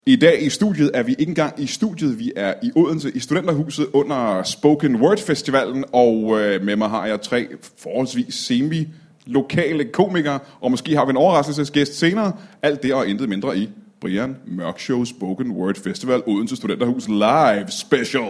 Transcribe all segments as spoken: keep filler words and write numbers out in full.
I dag i studiet er vi ikke engang i studiet, vi er i Odense i Studenterhuset under Spoken Word Festivalen, og øh, med mig har jeg tre forholdsvis semi-lokale komikere, og måske har vi en overraskelsesgæst senere. Alt det og intet mindre i Brian Mørk Show Spoken Word Festival Odense Studenterhus Live Special.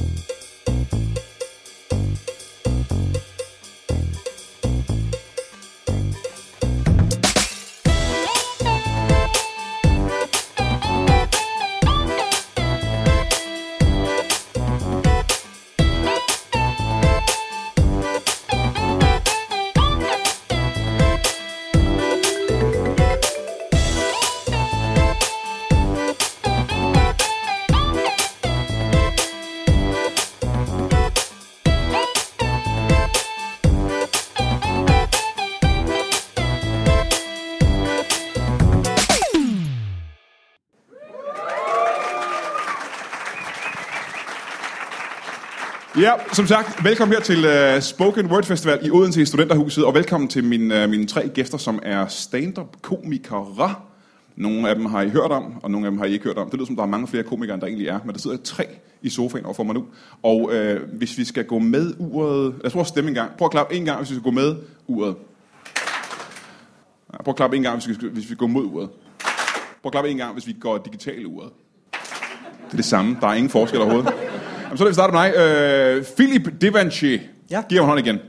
Ja, som sagt, velkommen her til uh, Spoken Word Festival i Odense i Studenterhuset, og velkommen til min, uh, mine tre gæster, som er stand-up-komikere. Nogle af dem har I hørt om, og nogle af dem har I ikke hørt om. Det lyder som, der er mange flere komikere, end der egentlig er, men der sidder tre i sofaen overfor mig nu. Og uh, hvis vi skal gå med uret... Jeg tror, stemme en gang. Prøv at klappe en gang, hvis vi skal gå med uret. Ja, prøv at klappe en gang, hvis vi skal, hvis vi går mod uret. Prøv at klappe en gang, hvis vi går digitale uret. Det er det samme. Der er ingen forskel overhovedet. Jamen, så lad vi starte med dig. Øh, Philip Devanché. Ja. Giv ham hånd igen.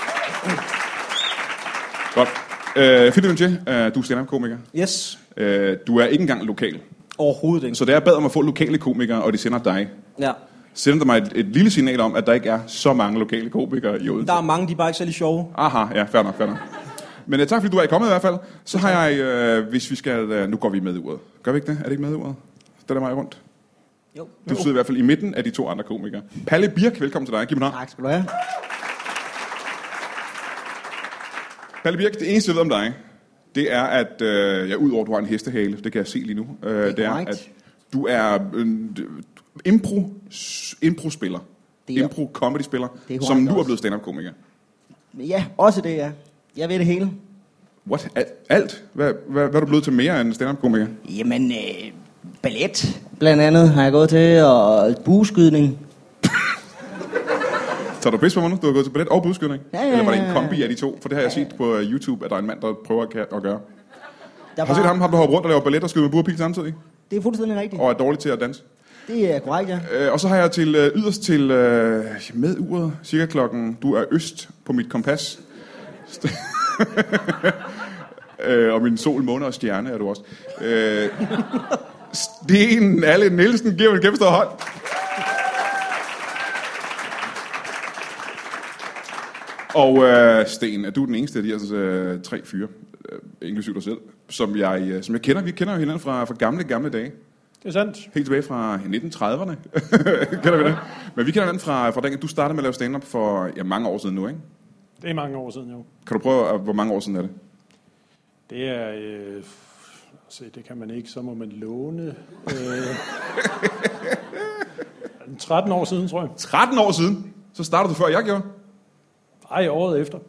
Godt. Øh, Philip Devanché, øh, du er stand-up-komiker. Yes. Øh, du er ikke engang lokal. Overhovedet ikke. Så det er bad om at få lokale komikere, og de sender dig. Ja. Sender der mig et, et lille signal om, at der ikke er så mange lokale komikere i Odense. Der er mange, de er bare ikke særlig sjove. Aha, ja, fair nok, fair nok. Men uh, tak fordi du er kommet i hvert fald. Så har jeg, øh, hvis vi skal... Øh, nu går vi med i uret. Gør vi ikke det? Er det ikke med i uret? Det er mig rundt. Jo. Du sidder i hvert fald i midten af de to andre komikere. Palle Birk, velkommen til dig. Giv mig en hånd. Tak skal du have. Palle Birk, det eneste, jeg ved om dig, det er, at øh, ja, udover at du har en hestehale, det kan jeg se lige nu, øh, det, er det er, at du er en øh, impro, impro-spiller, impro-comedy-spiller, som nu er blevet stand-up-komiker. Ja, også det, ja. Jeg ved det hele. What? Alt? Hvad, hvad, hvad er du blevet til mere end stand-up-komiker? Jamen, øh, ballet blandt andet har jeg gået til, og bueskydning. Så er du pisse på mig nu? Du har gået til ballet og bueskydning? Ja, ja, ja. Eller var det en kombi af de to? For det har jeg set på YouTube, at der er en mand, der prøver at, at gøre. Der har du set ham, ham, der hopper rundt og laver ballet og skyder med buerpil samtidig? Det er fuldstændig rigtigt. Og er dårlig til at danse? Det er korrekt, ja. Øh, og så har jeg til øh, yderst til øh, med uret, cirka klokken, du er øst på mit kompas. øh, og min sol, måne og stjerne er du også. Øh, Sten Alle Nielsen, giver en kæmpe stor hånd. Og øh, Sten, er du den eneste af de her øh, tre fyre, øh, inklusive dig selv, som jeg, øh, som jeg kender? Vi kender jo hinanden fra, fra gamle, gamle dage. Det er sandt. Helt tilbage fra nitten trediverne. Kender vi det? Men vi kender hinanden fra, fra den, du startede med at lave stand-up for ja, mange år siden nu, ikke? Det er mange år siden, jo. Kan du prøve, hvor mange år siden er det? Det er... Øh, se, det kan man ikke, så må man låne. Øh, tretten år siden, tror jeg. tretten år siden? Så startede du før jeg gjorde? Ej, året efter.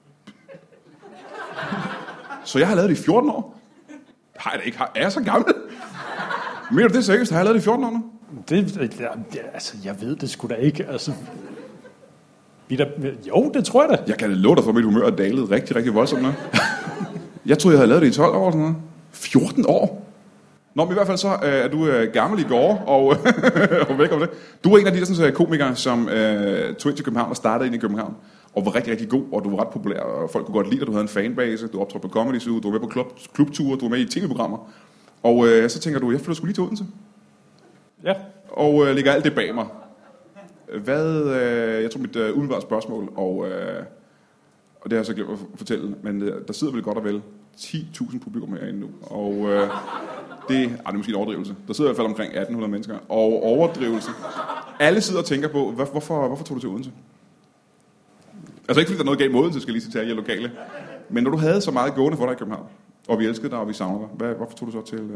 Så jeg har lavet det i fjorten år? Har jeg da ikke? Er jeg så gammel? Mener du det seriøst? Har jeg lavet det i fjorten år nu? Det, ja, altså, jeg ved det sgu da ikke. Altså, vi der, jo, det tror jeg da. Jeg kan da love dig for, at mit humør er dalet rigtig, rigtig voldsomt nu. Jeg troede, jeg havde lavet det i tolv år eller sådan noget. fjorten år? Nå, men i hvert fald så øh, er du øh, gammel i går, og, og velkommen til. Du er en af de der sådan, komikere, som øh, tog ind til København og startede ind i København, og var rigtig, rigtig god, og du var ret populær, og folk kunne godt lide dig, du havde en fanbase, du optrådte på Comedy Zoo, du var med på klub, klubture, du var med i tv-programmer. Og øh, så tænker du, jeg flytter sgu lige til Odense. Ja. Og øh, lægger alt det bag mig. Hvad, øh, jeg tror mit øh, umiddelbare spørgsmål, og, øh, og det har jeg så glemt at fortælle, men øh, der sidder vel godt og vel ti tusind publikum herinde nu, og øh, det, ej, det er måske en overdrivelse. Der sidder i hvert fald omkring atten hundrede mennesker, og overdrivelse. Alle sidder og tænker på, hvad, hvorfor, hvorfor tog du til Odense? Altså ikke fordi der er noget galt med Odense, skal lige citere jer lokale, men når du havde så meget gående for dig i København, og vi elskede dig, og vi savner dig, hvad, hvorfor tog du så til... Øh...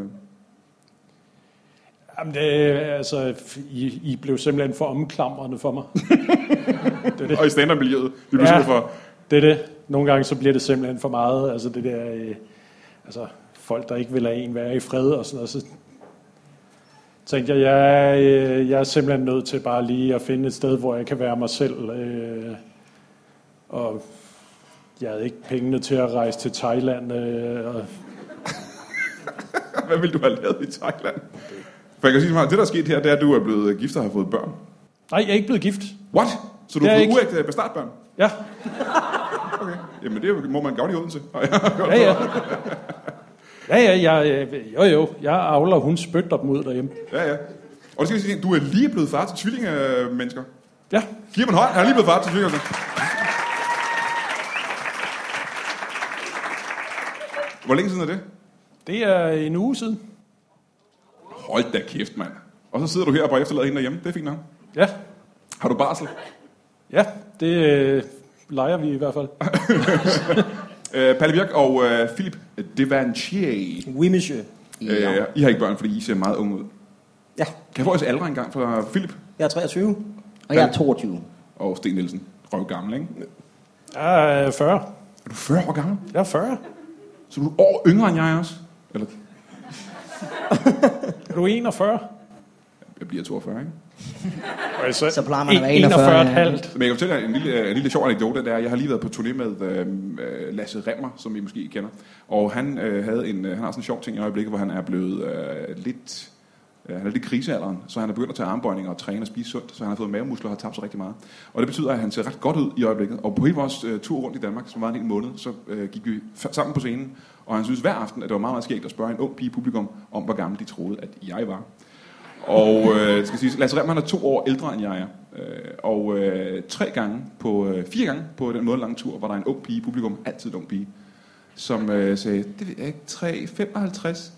Jamen, det, altså, I, I blev simpelthen for omklamrende for mig. det er det. Og i stand-up-miljøet. Vi blev ja, for... det er det. Nogle gange så bliver det simpelthen for meget. Altså det der, øh, altså folk der ikke vil lade en være i fred og sådan noget. Så tænkte jeg, jeg, øh, jeg er simpelthen nødt til bare lige at finde et sted, hvor jeg kan være mig selv. Øh, og jeg havde ikke pengene til at rejse til Thailand. Øh, og Hvad ville du have lavet i Thailand? For jeg kan sige meget, det der er sket her, det er, at du er blevet gift og har fået børn. Nej, jeg er ikke blevet gift. What? Så du Det har er fået ikke. uægte bastardbørn? Ja, Okay. Jamen det må man gøre i Odense. ja, ja. Ja, ja, jeg, jo, jo. Jeg avler, hun spytter dem ud derhjemme. Ja, ja. Og det skal jeg sige, du er lige blevet far til tvillingemennesker. Ja. Giv mig en hånd, han er lige blevet far til tvillinger. Hvor længe siden er det? Det er en uge siden. Hold da kæft, mand. Og så sidder du her og bare efterlader hende derhjemme. Det er fint nok. Ja, Har du barsel? ja, det øh, leger vi i hvert fald. Øh, Palle Birk og øh, Philip Devanchier. Oui, monsieur. Øh, I har ikke børn, fordi I ser meget unge ud. Ja, Kan jeg få jeres alder engang fra Philip jeg er treogtyve. Og jeg er toogtyve. og Sten Nielsen? Røv gammel, ikke? Jeg er fyrre. Er du fyrre år gammel? Jeg er fyrre. Så du er år yngre end jeg også? Eller? Er du enogfyrre? Jeg bliver toogfyrre, ikke? Altså, Så plejer man at være enogfyrre enogfyrre. og et halvt. Men jeg kan fortælle jer en lille, en lille sjov anekdote, der er, jeg har lige været på turné med øh, Lasse Remmer, som I måske kender. Og han, øh, havde en, han har sådan en sjov ting i øjeblikket, hvor han er blevet øh, lidt... Han er lidt i krisealderen, så han er begyndt at tage armbøjninger og træne og spise sundt, så han har fået mavemuskler og har tabt sig rigtig meget. Og det betyder, at han ser ret godt ud i øjeblikket. Og på hele vores uh, tur rundt i Danmark, som var en hel måned, så uh, gik vi f- sammen på scenen. Og han synes hver aften, at det var meget, meget skægt at spørge en ung pige publikum om, hvor gammel de troede, at jeg var. Og uh, skal sige, Lasse Remmer, han er to år ældre, end jeg er. Uh, og uh, tre gange, på uh, fire gange på den månedlange tur, var der en ung pige publikum, altid en ung pige, som uh, sagde, det ved jeg ikke, tre femoghalvtreds.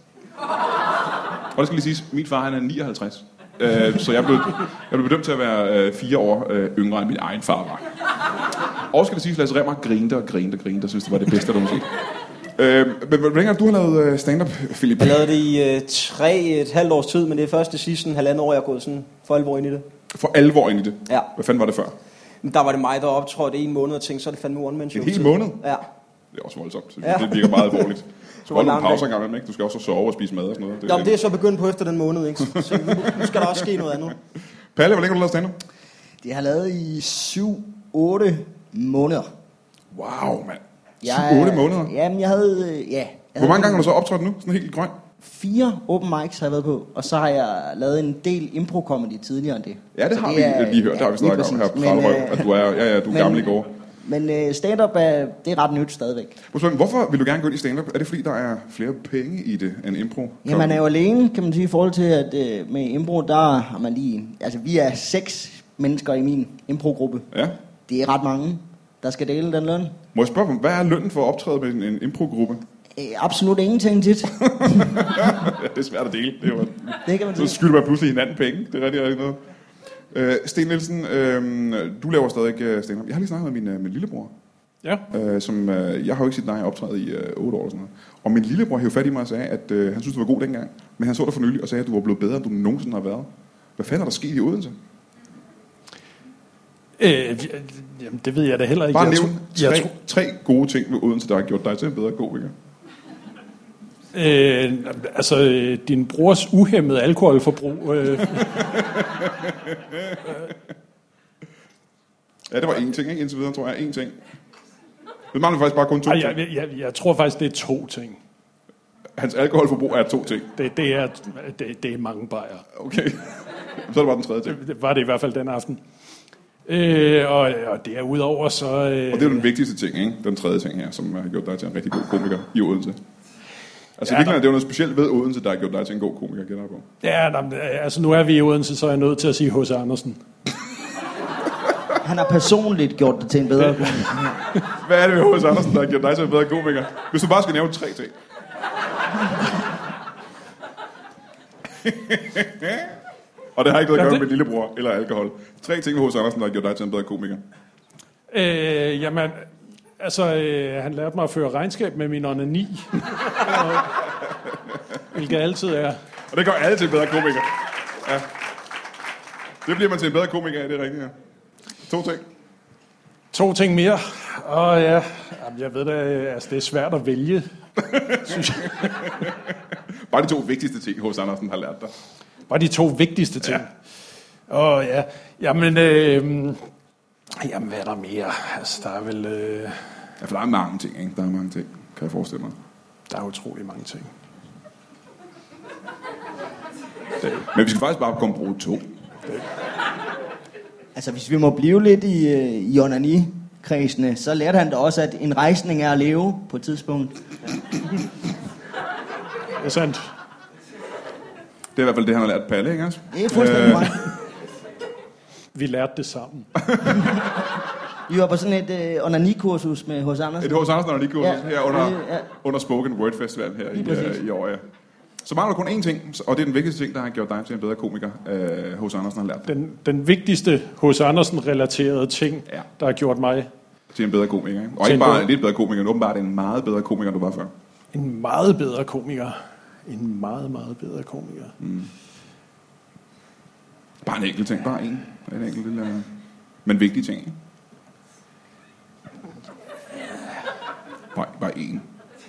Og det skal lige siges, min far han er nioghalvtreds, øh, så jeg blev, jeg blev bedømt til at være øh, fire år øh, yngre end min egen far var. Og skal det siges, Lasse Remmer grinte og grinte og grinte og synes det var det bedste, der måske. Øh, men hvor længe har du har lavet øh, stand-up, Philip? Jeg lavede det i øh, tre, et halvt års tid, men det er først det sidste halvandet år, jeg er gået sådan for alvor ind i det. For alvor ind i det? Ja. Hvad fanden var det før? Men der var det mig, der optrådte en måned og tænkte, så er det fandme one-man-show. En hel måned? Ja. Det er også voldsomt, så Ja. det virker meget alvorligt. Så var holder du en en lang pause dag. engang, ikke? Du skal også sove og spise mad og sådan noget. Nå, men det er så begyndt på efter den måned, ikke? Så nu, nu skal der også ske noget andet. Palle, hvor længe har du lavet stand-up? Det har jeg lavet i syv otte måneder. Wow, mand. Jeg, syv otte måneder? Jamen, jeg havde... øh, Ja, jeg Hvor mange havde gange har du så optrådt nu? Sådan helt grøn? Fire open mics har jeg været på, og så har jeg lavet en del impro-comedy tidligere end det. Ja, det Så har vi er- lige hørt. Det har vi ja, snakket lige om her på præcis. Men, Krallerøv, øh, at du er, ja, ja, du er men- gammel i går. Men øh, stand-up er, det er ret nyt stadigvæk. Men hvorfor vil du gerne gå ind i stand-up? Er det fordi, der er flere penge i det end impro? Ja, man er jo alene, kan man sige, i forhold til, at øh, med impro, der har man lige... Altså, vi er seks mennesker i min impro-gruppe. Ja. Det er ret mange, der skal dele den løn. Må jeg spørge, hvad er lønnen for at optræde med en, en impro-gruppe? Øh, absolut ingenting tit. Ja, det er svært at dele. Det er jo, Det kan man så sige. skylder man pludselig hinanden penge. Det er rigtig, rigtig noget. Øh, Sten Nielsen, øh, du laver stadig øh, stand-up. Jeg har lige snakket med min, øh, min lillebror. Ja. Øh, som, øh, jeg har jo ikke set dig optræde i øh, otte år eller sådan noget. Og min lillebror hævde fat i mig og sagde, at øh, han synes, du var god dengang. Men han så dig for nylig og sagde, at du var blevet bedre, end du nogensinde har været. Hvad fanden er der sket i Odense? Øh, jamen, det ved jeg da heller ikke. Bare Jeg nævn tror- jeg tre, tror- tre gode ting ved Odense, der har gjort dig til en bedre komiker. Øh, altså, øh, din brors uhæmmede alkoholforbrug. Øh, Ja, det var én ting, ikke? Indtil videre, tror jeg. Én ting. Det mangler faktisk bare kun to ej, ting. jeg, jeg, jeg tror faktisk, det er to ting. Hans alkoholforbrug er to ting. Det, det, er, det, det er mange bajer. Okay. Så er det bare den tredje ting. Det var det i hvert fald den aften. Øh, og, og derudover så... Øh, Og det er jo den vigtigste ting, ikke? Den tredje ting her, som har gjort dig til en rigtig god komiker i Odense. Altså Ja, virkelig, der- det er jo noget specielt ved Odense, der har gjort dig til en god komiker, gætter jeg på. ja, der, altså nu er vi i Odense, så er jeg nødt til at sige H C Andersen. Han har personligt gjort det til en bedre. Hvad er det ved H C Andersen, der har gjort dig til en bedre komiker? Hvis du bare skal nævne tre ting. Og det har ikke noget at Ja, gøre det- med lillebror eller alkohol. Tre ting ved H C Andersen, der har gjort dig til en bedre komiker. Øh, jamen, altså, øh, han lærte mig at føre regnskab med min onani. Og- Hvilket altid er. Og det gør alle til en bedre komiker. Ja. Det bliver man til en bedre komiker af, det er rigtigt, ja. To ting. To ting mere. Og ja, jamen, jeg ved da, altså, det er svært at vælge, synes jeg. Bare de to vigtigste ting, H C Andersen har lært dig. Bare de to vigtigste ting. Åh ja. Oh, ja. Jamen, øh, jamen, hvad er der mere? Altså, der er vel... Øh... Ja, for der er mange ting, ikke? Der er mange ting, kan jeg forestille mig. Der er utrolig mange ting. Det. Men vi skal faktisk bare komme bruge to. Det. Altså, hvis vi må blive lidt i, i onani-kredsene, så lærte han da også, at en rejsning er at leve på et tidspunkt. Det er sandt. Det er i hvert fald det, han har lært Palle, ikke også? Det er fuldstændig right. Vi lærte det sammen. Vi var på sådan et øh, onani-kursus med H C Andersen. Et H C Andersen onani-kursus Ja, her under, ja. under Spoken Word Festival her i, uh, i år, ja. Så mangler der kun én ting, og det er den vigtigste ting, der har gjort dig til en bedre komiker. Uh, H C Andersen har lært dig. Den, den vigtigste H C Andersen-relaterede ting, ja. der har gjort mig... Til en bedre komiker, ikke? Og ikke bare en lidt bedre komiker, men åbenbart en meget bedre komiker, end du var før. En meget bedre komiker. En meget, meget bedre komiker. Mm. Bare en enkelt ting, bare en. En enkelt lille, men vigtig ting, ikke? Bare, bare en.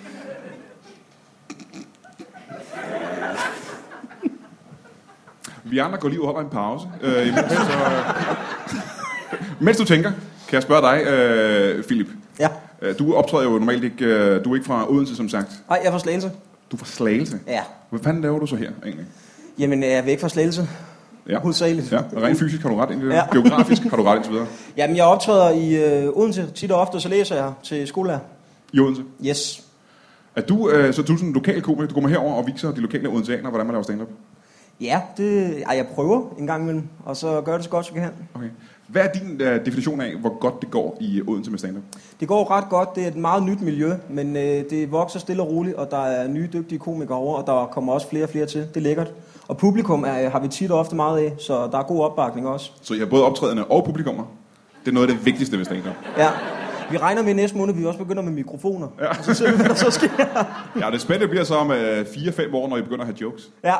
Vi andre går lige og holder en pause. Øh, imens, så, mens du tænker, kan jeg spørge dig, øh, Philip. Ja. Du optræder jo normalt ikke, øh, du er ikke fra Odense, som sagt. Nej, jeg er fra Slagelse. Du er fra Slagelse? Ja. Hvad fanden laver du så her, egentlig? Jamen, jeg er væk fra Slagelse. Ja. Hovedsageligt. Ja, rent fysisk har du ret ind i det. Ja. Geografisk har du ret indtil videre. Jamen, jeg optræder i øh, Odense tit og ofte, så læser jeg til skolelærer. I Odense? Yes. Er du, øh, så du er sådan en lokal komiker, du kommer herover og viser de lokale odenseanere, hvordan man laver stand-up? Ja, det, ej, jeg prøver en gang imellem, og så gør det så godt, så jeg kan. Okay. Hvad er din øh, definition af, hvor godt det går i Odense med stand-up? Det går ret godt. Det er et meget nyt miljø, men øh, det vokser stille og roligt, og der er nye dygtige komikere over, og der kommer også flere og flere til. Det er lækkert. Og publikum er, har vi tit og ofte meget af, så der er god opbakning også. Så I har både optrædende og publikummer? Det er noget af det vigtigste ved stand-up. Ja. Vi regner med næste måned, vi også begynder med mikrofoner. Ja. Og så ser vi, hvad der så sker. Ja, det spændende bliver så om øh, fire fem år, når I begynder at have jokes. Ja.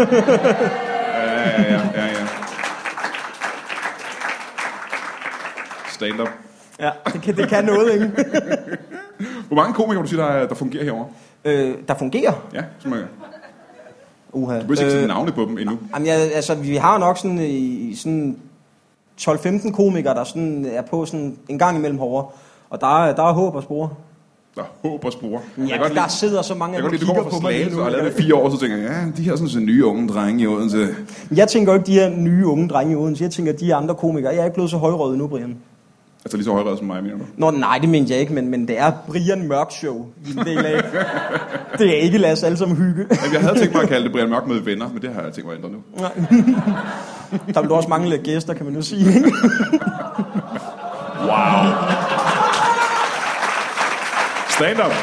ja, ja, ja, ja. Stand-up. Ja, det kan, det kan noget, ikke? Hvor mange komikere, du siger, der, der fungerer herovre? Øh, der fungerer? Ja, som er... Uha. Du behøver ikke sætte øh, navne på dem endnu. Jamen, jeg, altså, vi har nok sådan, i, sådan tolv femten komikere, der sådan er på sådan en gang imellem herovre. Og der er, der er håb og spore. Der er håb og spore. Ja, der lide, sidder så mange af dem, der kigger på mig lige nu. Og har lavet det fire år, så tænker jeg, ja, de her sådan så nye unge drenge i Odense. Jeg tænker ikke de her nye unge drenge i Odense. Jeg tænker de andre komikere. Jeg er ikke blevet så højrøget nu, Brian. Altså lige så højrøget som mig, mener du? Nå, nej, det mener jeg ikke, men, men det er Brian Mørk Show i en del af. Det er ikke lad os alle sammen hygge. Jamen, jeg havde tænkt mig at kalde det Brian Mørk med venner, men det har jeg tænkt mig at ændre nu. Nej. Der vil du også mangle gæster, kan man jo sige. Wow. Stand up.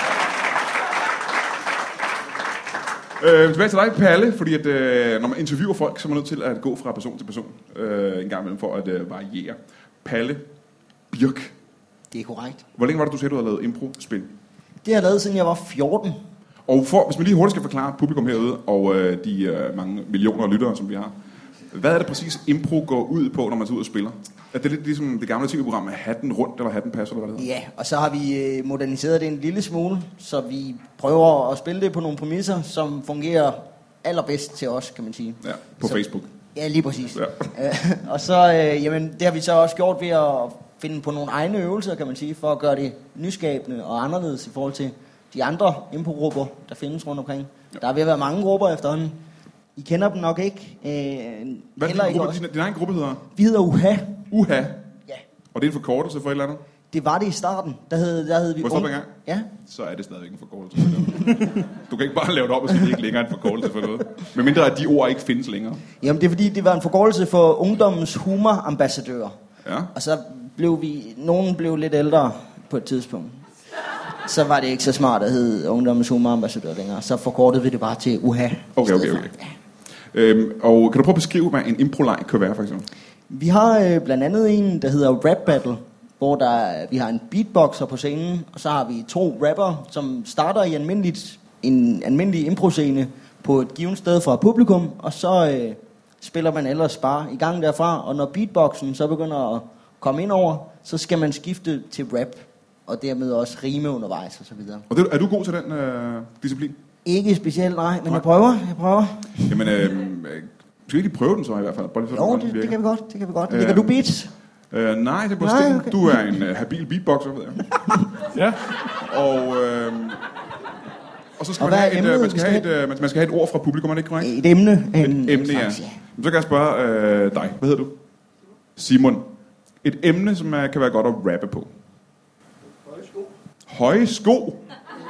Øh, tilbage til dig, Palle, fordi at, øh, når man interviewer folk, så er man nødt til at gå fra person til person øh, en gang imellem for at øh, variere. Palle Birk. Det er korrekt. Hvor længe var det, du sagde, du havde lavet impro-spil? Det har jeg lavet, siden jeg var fjorten. Og for, hvis man lige hurtigt skal forklare publikum herude, og øh, de øh, mange millioner lyttere, som vi har, hvad er det præcis, impro går ud på, når man tager ud og spiller? Er det lidt ligesom det gamle tv-program med hatten rundt, eller hatten passer, eller hvad det hedder? Ja, og så har vi moderniseret det en lille smule, så vi prøver at spille det på nogle præmisser, som fungerer allerbedst til os, kan man sige. Ja, på så, Facebook. Ja, lige præcis. Ja. Og så, øh, jamen, det har vi så også gjort ved at finde på nogle egne øvelser, kan man sige, for at gøre det nyskabende og anderledes i forhold til de andre impro-grupper, der findes rundt omkring. Ja. Der er ved at være mange grupper efterhånden. I kender dem nok ikke. Øh, Hvad er din, gruppe, din, din egen gruppe hedder? Vi hedder U H A. U H A? Ja. Og det er en forkortelse for et eller andet? Det var det i starten. Der hed, der hed vi... Må jeg stoppe en gang? Ja. Så er det stadigvæk en forkortelse for noget. Du kan ikke bare lave det op og sige, at det ikke længere er en forkortelse for noget. Men mindre at de ord ikke findes længere. Jamen det er fordi, det var en forkortelse for ungdommens humorambassadører. Ja. Og så blev vi... Nogen blev lidt ældre på et tidspunkt. Så var det ikke så smart at hedde ungdommens humorambassadør længere. Så forkortede vi det bare til U H A. Okay, okay, okay. Øhm, og kan du prøve at beskrive, hvad en impro-leg kan være, for eksempel? Vi har øh, blandt andet en, der hedder Rap Battle, hvor der, vi har en beatboxer på scenen, og så har vi to rapper, som starter i almindeligt, en almindelig impro-scene på et givet sted fra publikum, og så øh, spiller man ellers bare i gang derfra, og når beatboxen så begynder at komme ind over, så skal man skifte til rap, og dermed også rime undervejs og så videre. Og det, er du god til den øh, disciplin? Ikke specielt, nej, men nej. jeg prøver, jeg prøver. Jamen, øh, skal vi ikke prøve den så i hvert fald? Bare lige jo, det, det kan vi godt, det kan vi godt. Lægger øh, du beats? Øh, nej, det er på Sten. Okay. Du er en uh, habil beatboxer, ved jeg. Ja. Og, øh, og så skal, og man, have et, uh, man, skal have et, uh, man skal have et ord fra publikum, er det ikke korrekt? Et emne. Et en, emne, ja. Slags, ja. Så kan jeg spørge øh, dig. Hvad hedder du? Simon. Et emne, som uh, kan være godt at rappe på. Høje sko. Høje sko?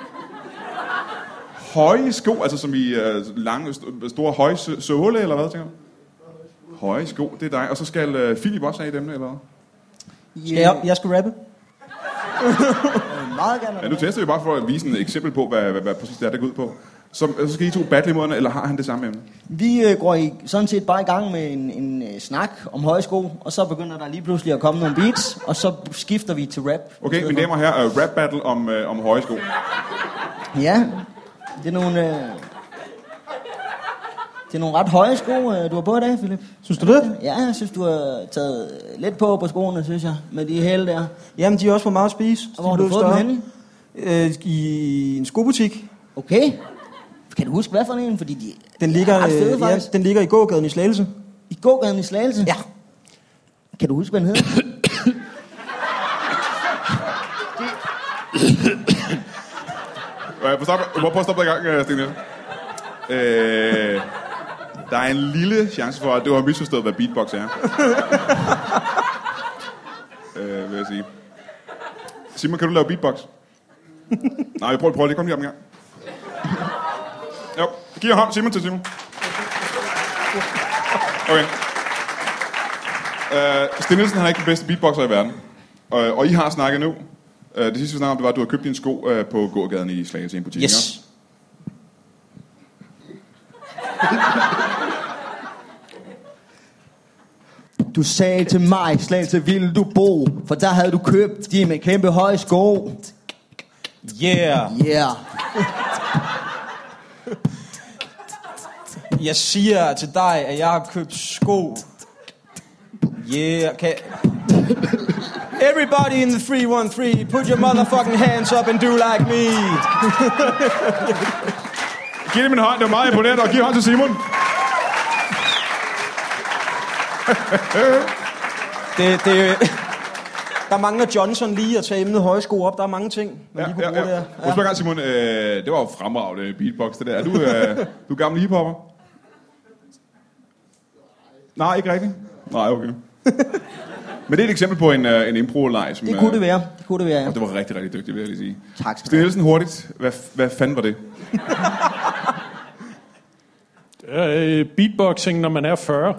Høje sko, altså som i uh, lange, st- store høje såle, eller hvad, tænker du? Høje sko, det er dig. Og så skal uh, Philip også have et emne, eller hvad? Yeah. Skal jeg, jeg skal rappe? Meget gerne. Ja, nu tester vi bare for at vise et eksempel på, hvad, hvad, hvad præcis det er, der går ud på. Så, så skal I to battle imod, eller har han det samme emne? Vi øh, går i, sådan set bare i gang med en, en øh, snak om høje sko, og så begynder der lige pludselig at komme nogle beats, og så skifter vi til rap. Okay, mine damer og herrer, uh, rap battle om, uh, om høje sko. Ja, det er nogle... Øh, det er nogle ret høje sko, øh, du har på i dag, Philip. Synes du det? Ja, jeg synes, du har taget lidt på på skoene, synes jeg, med de hæle der. Jamen, de er også for meget at spise. Og hvor har du fået dem henne? Øh, I en skobutik. Okay. Kan du huske, hvad for en? Fordi de den ligger, er ret fede, øh, ja, den ligger i gågaden i Slagelse. I gågaden i Slagelse? Ja. Kan du huske, hvad den hedder? Prøv at stoppe, prøv at stoppe dig i gang, Stine. Øh, der er en lille chance for, at du har misforstået, hvad beatbox er. øh, vil jeg sige. Simon, kan du lave beatbox? Nej, jeg prøver, prøver lige. Kom lige op en gang. Jo, giv hånd Simon til Simon. Okay. Øh, Sten Nielsen, han er ikke den bedste beatboxer i verden. Og, og I har snakket nu. Øh, det sidste vi snakkede om, det var, at du har købt dine sko øh, på gågaden i Slagelse i en butik. Yes. Du sagde til mig, Slagelse ville du bo, for der havde du købt de med kæmpe høje sko. Yeah. Yeah. Jeg siger til dig, at jeg har købt sko. Yeah. Kan... Everybody in the three one three, put your motherfucking hands up and do like me. Giv dem en hånd, det var meget imponerende, og giv hånd til Simon. det, det, der mangler Johnson lige at tage emnet høje sko op. Der er mange ting, man ja, lige kunne ja, bruge ja. der. Ja. Husk gang, Simon, øh, det var jo fremragende beatbox, det der. Er du, øh, du er gammel hiphopper? Nej, ikke rigtigt? Nej, okay. Men det er et eksempel på en, uh, en impro-leg. Som, det kunne det være. Det kunne det være, ja. Og det var rigtig, rigtig dygtigt, vil jeg lige sige. Tak skal du have. Sten Nielsen, hurtigt. Hvad, hvad fanden var det? det er beatboxing, når man er fyrre.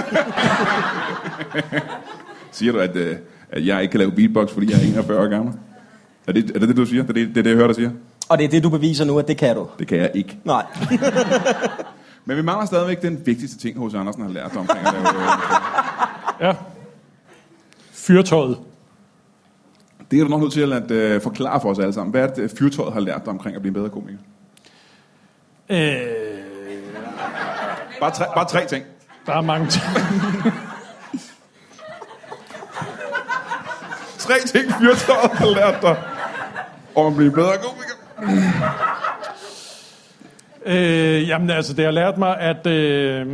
Siger du, at, uh, at jeg ikke kan lave beatbox, fordi jeg er enogfyrre år gammel? Er det, er det det, du siger? Det er det, det, er det jeg hører dig sige? Og det er det, du beviser nu, at det kan du? Det kan jeg ikke. Nej. Men vi mangler stadigvæk den vigtigste ting, H C Andersen har lært dig omkring at lave... Ja. Fyrtøjet. Det er du nok nødt til at uh, forklare for os alle sammen. Hvad er det, fyrtøjet har lært dig omkring at blive en bedre komiker? Øh... Bare, tre, bare tre ting. Der er mange ting. Tre ting, fyrtøjet har lært dig om at blive en bedre komiker. Øh, jamen altså, det har lært mig, at... Øh,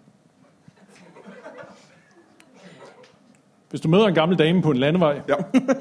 hvis du møder en gammel dame på en landevej... Ja.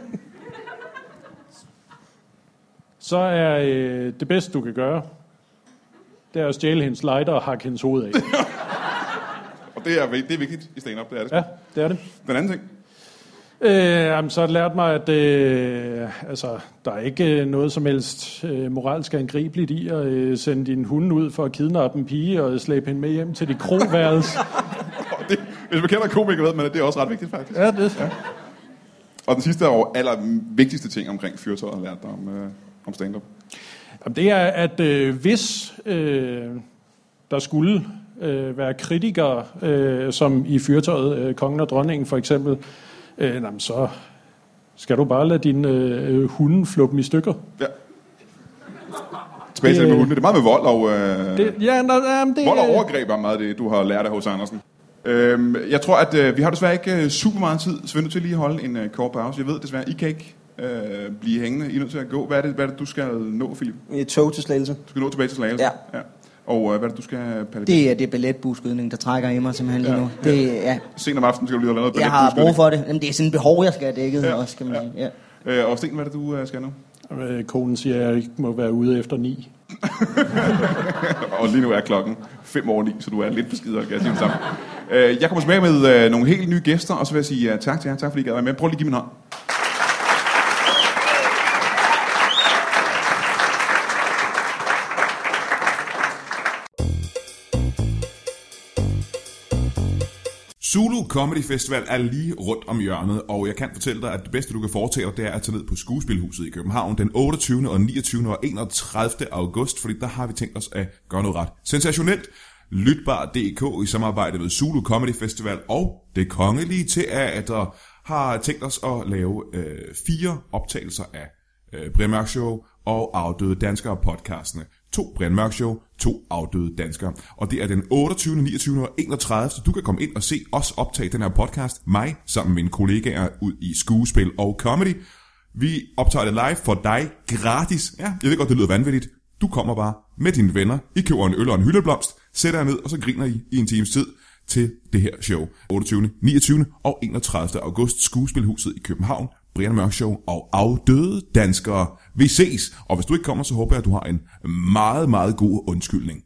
så er øh, det bedste, du kan gøre, det er at stjæle hendes lighter og hakke hendes hoved af. Og det er, det er vigtigt i stand-up, det er det. Ja, det er det. Den anden ting? Øh, jamen, så har det lært mig, at øh, altså, der er ikke noget som helst øh, moralsk angribeligt i at øh, sende din hund ud for at kidnappe en pige og slæbe hende med hjem til dit kroværelse. det, hvis man kender komikere, ved man, at det er også ret vigtigt, faktisk. Ja, det ja. Og den sidste og aller vigtigste ting omkring fyrtøjet har lært dig om, øh, om stand-up? Jamen, det er, at øh, hvis øh, der skulle øh, være kritikere, øh, som i fyrtøjet, øh, kongen og dronningen for eksempel, øh, jamen, så skal du bare lade din øh, hunde fluppe i stykker. Ja. Tilbage til det med hundene. Det er meget med vold og... Øh, det, ja, no, um, det, vold og overgreb er meget det, du har lært af H C Andersen. Øhm, jeg tror, at øh, vi har desværre ikke øh, super meget tid, så vi er nødt til lige at holde en øh, kort pause. Jeg ved desværre, I kan ikke øh, blive hængende. I er nødt til at gå. Hvad er det, hvad er det du skal nå, Philip? Et tog til Slagelse. Du skal nå tilbage til Slagelse? Ja. ja. Og øh, hvad er det, du skal, Palle? Det er det billetbuskydning, der trækker i mig simpelthen lige nu. Ja. Det, ja. Sent om aftenen skal du lige have lavet Jeg har brug for det. Jamen, det er sådan et behov, jeg skal have dækket ja. også, kan man ja. sige. Ja. Øh, og Sten, hvad er det, du øh, skal nu? Øh, Konen siger, at jeg ikke må være ude efter ni. Og lige nu er klokken fem over ni, så du er lidt beskider, kan jeg sige det sammen. Øh, jeg kommer tilbage med øh, nogle helt nye gæster, og så vil jeg sige uh, tak til jer. Tak fordi I gad være med. Prøv lige at give min hånd. Zulu Comedy Festival er lige rundt om hjørnet, og jeg kan fortælle dig, at det bedste, du kan foretage dig, det er at tage ned på Skuespilhuset i København den otteogtyvende og niogtyvende og enogtredivte august, fordi der har vi tænkt os at gøre noget ret sensationelt. Lytbar punktum d k i samarbejde med Zulu Comedy Festival og Det Kongelige Teater har tænkt os at lave øh, fire optagelser af øh, Brian Mørk Show og Afdøde Danskere podcastene. To Brian Mørk Show, to Afdøde Danskere. Og det er den otteogtyvende, niogtyvende og enogtredivte Du kan komme ind og se os optage den her podcast, mig sammen med mine kollegaer ud i skuespil og comedy. Vi optager det live for dig gratis. Ja, jeg ved godt, det lyder vanvittigt. Du kommer bare med dine venner, I køber en øl og en hyldeblomst, sætter jer ned, og så griner I i en times tid til det her show. otteogtyvende, niogtyvende og enogtredivte august, Skuespilhuset i København, Brian Mørk Show og Afdøde Danskere. Vi ses, og hvis du ikke kommer, så håber jeg, at du har en meget, meget god undskyldning.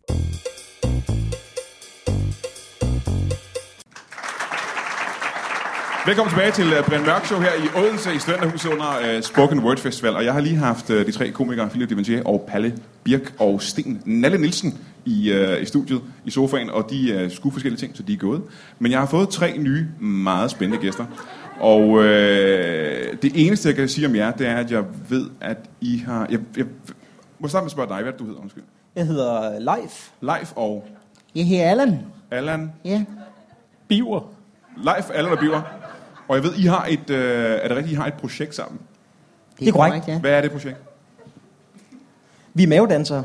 Velkommen tilbage til uh, Brian Mørk Show her i Odense i Studenterhuset under uh, Spoken Word Festival. Og jeg har lige haft uh, de tre komikere, Philip Devantier og Palle Birk og Sten Nalle Nielsen i, uh, i studiet, i sofaen. Og de uh, skulle forskellige ting, så de er gået. Men jeg har fået tre nye, meget spændende gæster. Og uh, det eneste, jeg kan sige om jer, det er, at jeg ved, at I har... Jeg, jeg må starte med at spørge dig, hvad du hedder, undskyld. Jeg hedder Leif. Leif og... Jeg hedder Allan. Allan. Ja. Biver. Leif, Allan og Biver. Og jeg ved, I har et, øh, er det rigtigt, I har et projekt sammen? Det er korrekt, ja. Hvad er det projekt? Vi er mavedansere.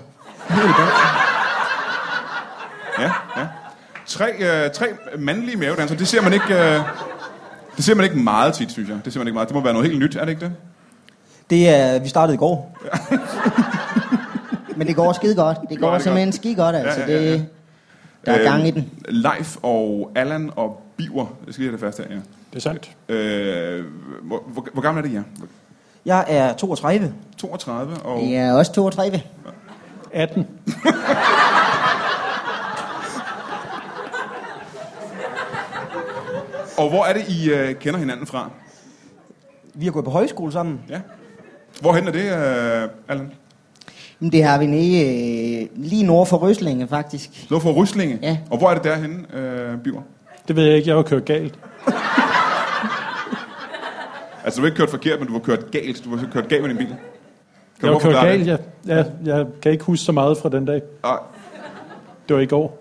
Ja, ja. Tre, øh, tre mandlige mavedansere, det ser man ikke, øh, det ser man ikke meget tit, synes jeg. Det ser man ikke meget. Det må være noget helt nyt, er det ikke det? Det er, vi startede i går. Ja. Men det går skide godt. Det går det simpelthen godt. skide godt, altså. Ja, ja, ja, ja. Det, der er gang i den. Leif og Allan og Biver, det skal lige have det fast her, ja. Det er sandt. Øh, hvor, hvor, hvor gammel er det, ja? Jeg er toogtredive. toogtredive og... Jeg er også toogtredive. atten. Og hvor er det, I øh, kender hinanden fra? Vi har gået på højskole sammen. Ja. Hvorhen er det, øh, Allan? Men det har vi nede øh, lige nord for Røslinge, faktisk. Så fra Ryslinge? Ja. Og hvor er det derhenne, øh, Biver? Det ved jeg ikke, jeg har kørt galt. Altså, du har ikke kørt forkert, men du har kørt galt. Du har kørt galt med din bil. Kan Jeg du har kørt forklare galt, det? ja. ja. Jeg kan ikke huske så meget fra den dag. Nej. Det var i går.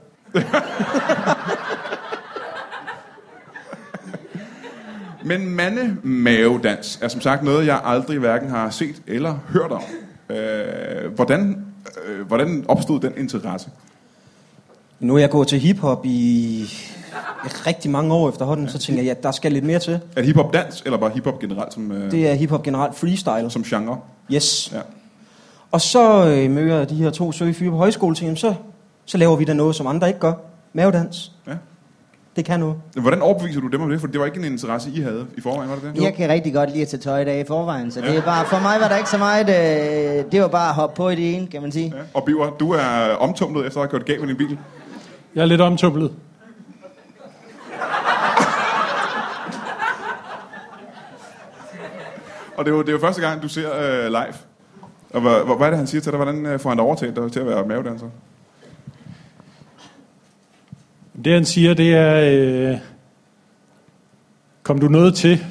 Men mandemavedans er som sagt noget, jeg aldrig hverken har set eller hørt om. Øh, hvordan, øh, hvordan opstod den interesse? Nu er jeg gået til hiphop i rigtig mange år efterhånden, så tænker jeg, at der skal lidt mere til. Er det hiphop dans, eller bare hiphop generelt som, øh, Det er hiphop generelt freestyle. som genre? Yes. Ja. Og så øh, møder jeg de her to søge fyre på højskole, tænker, så, så laver vi da noget, som andre ikke gør. Mavedans. Ja. Det kan noget. Hvordan overbeviser du dem om det? For det var ikke en interesse, I havde i forvejen, var det det? Jeg kan rigtig godt lide at tage tøj i dag i forvejen, så det er bare, for mig var der ikke så meget, øh, det var bare at hoppe på i det ene, kan man sige. Ja. Og Biver, du er omtumlet efter at have kørt galt med din bil. Jeg er lidt omtumlet. Og det er jo, det er jo første gang, du ser øh, live. Og hvad, hvad er det, han siger til dig? Hvordan øh, får han dig overtalt dig til at være mavedanser? Det han siger, det er... Øh, kom du noget til?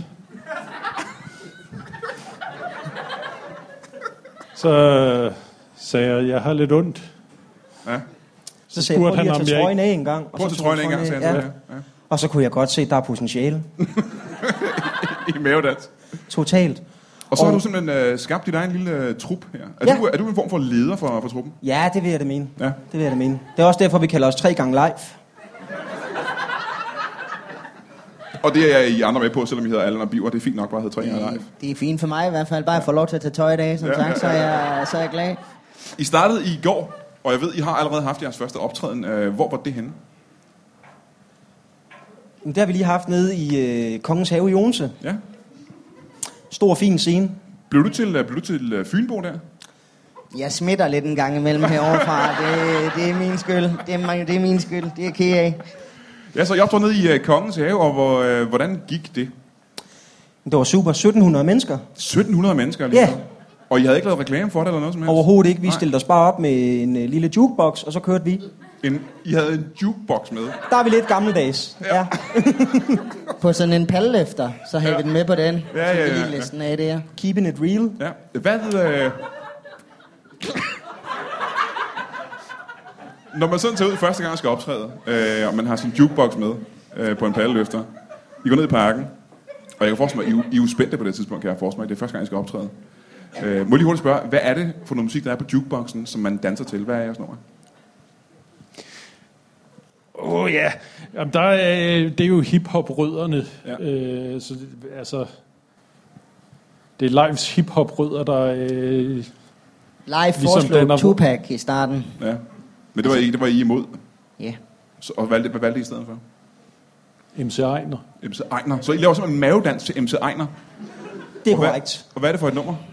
Så øh, sagde jeg, jeg har lidt ondt. Ja. Så sagde jeg, prøv lige at tage trøjen af en gang. Prøv at tage trøjen af en gang, sagde han. ja. Ja. Ja. Og så kunne jeg godt se, at der er potentiale. I mavedans. Totalt. Og så og, har du simpelthen øh, skabt dit egen lille uh, trup her. Er, Ja. du, er du en form for leder for, for truppen? Ja, det vil jeg da mene. Ja. Det vil jeg da mene. Det er også derfor, vi kalder os tre gange live. Og det er I andre med på, selvom I hedder Allan og Biver. Det er fint nok bare at hedde tre gange live. Det er fint for mig i hvert fald. Bare at få lov til at tage tøj i dag, som Ja, sagt, ja, så er jeg, så er jeg glad. I startede i går, og jeg ved, I har allerede haft jeres første optræden. Øh, Hvor var det henne? Det har vi lige haft nede i øh, Kongens Have i Odense. Ja. Stor, fin scene. Blev du til, blev du til øh, Fynbo der? Jeg smitter lidt en gang imellem heroverfra. Det, det er min skyld. Det er, det er min skyld. Det er ked af. Ja, så jeg optrådte nede i øh, Kongens Have, og hvor, øh, hvordan gik det? Det var super. sytten hundrede mennesker. sytten hundrede mennesker lige Ja. så. Og I havde ikke lavet reklame for det eller noget som helst? Overhovedet ikke. Vi Nej. stillede os bare op med en uh, lille jukebox, og så kørte vi. En, I havde en jukebox med? Der er vi lidt gammeldags. Ja. Ja. På sådan en palleløfter, så havde Ja. vi den med på den. Ja, ja, Så ja, vi ja. lige listen af det her. Keeping it real. Ja. Hvad... Øh... Når man sådan tager ud første gang skal optræde, øh, og man har sin jukebox med øh, på en palleløfter, I går ned i parken, og jeg kan forestille mig, I, I er jo spændte på det tidspunkt, kan jeg forestille mig, det er første gang, I skal optræde. Øh, må jeg lige hurtigt spørge, hvad er det for noget musik, der er på jukeboxen, som man danser til? Hvad er jeres nummer? Åh oh, ja, jamen, der er, det er jo hiphop-rødderne. Ja. Øh, så det, altså, det er Lives hiphop-rødder, der... Øh, Live Ligesom foreslog den er- Tupac i starten. Ja. Men det var I, det var I imod. Ja. Så, og valgte, hvad valgte I i stedet for? M C Ejner. M C Ejner. Så I laver simpelthen en mavedans til M C Ejner. Det er Og hvad, korrekt. og hvad er det for et nummer?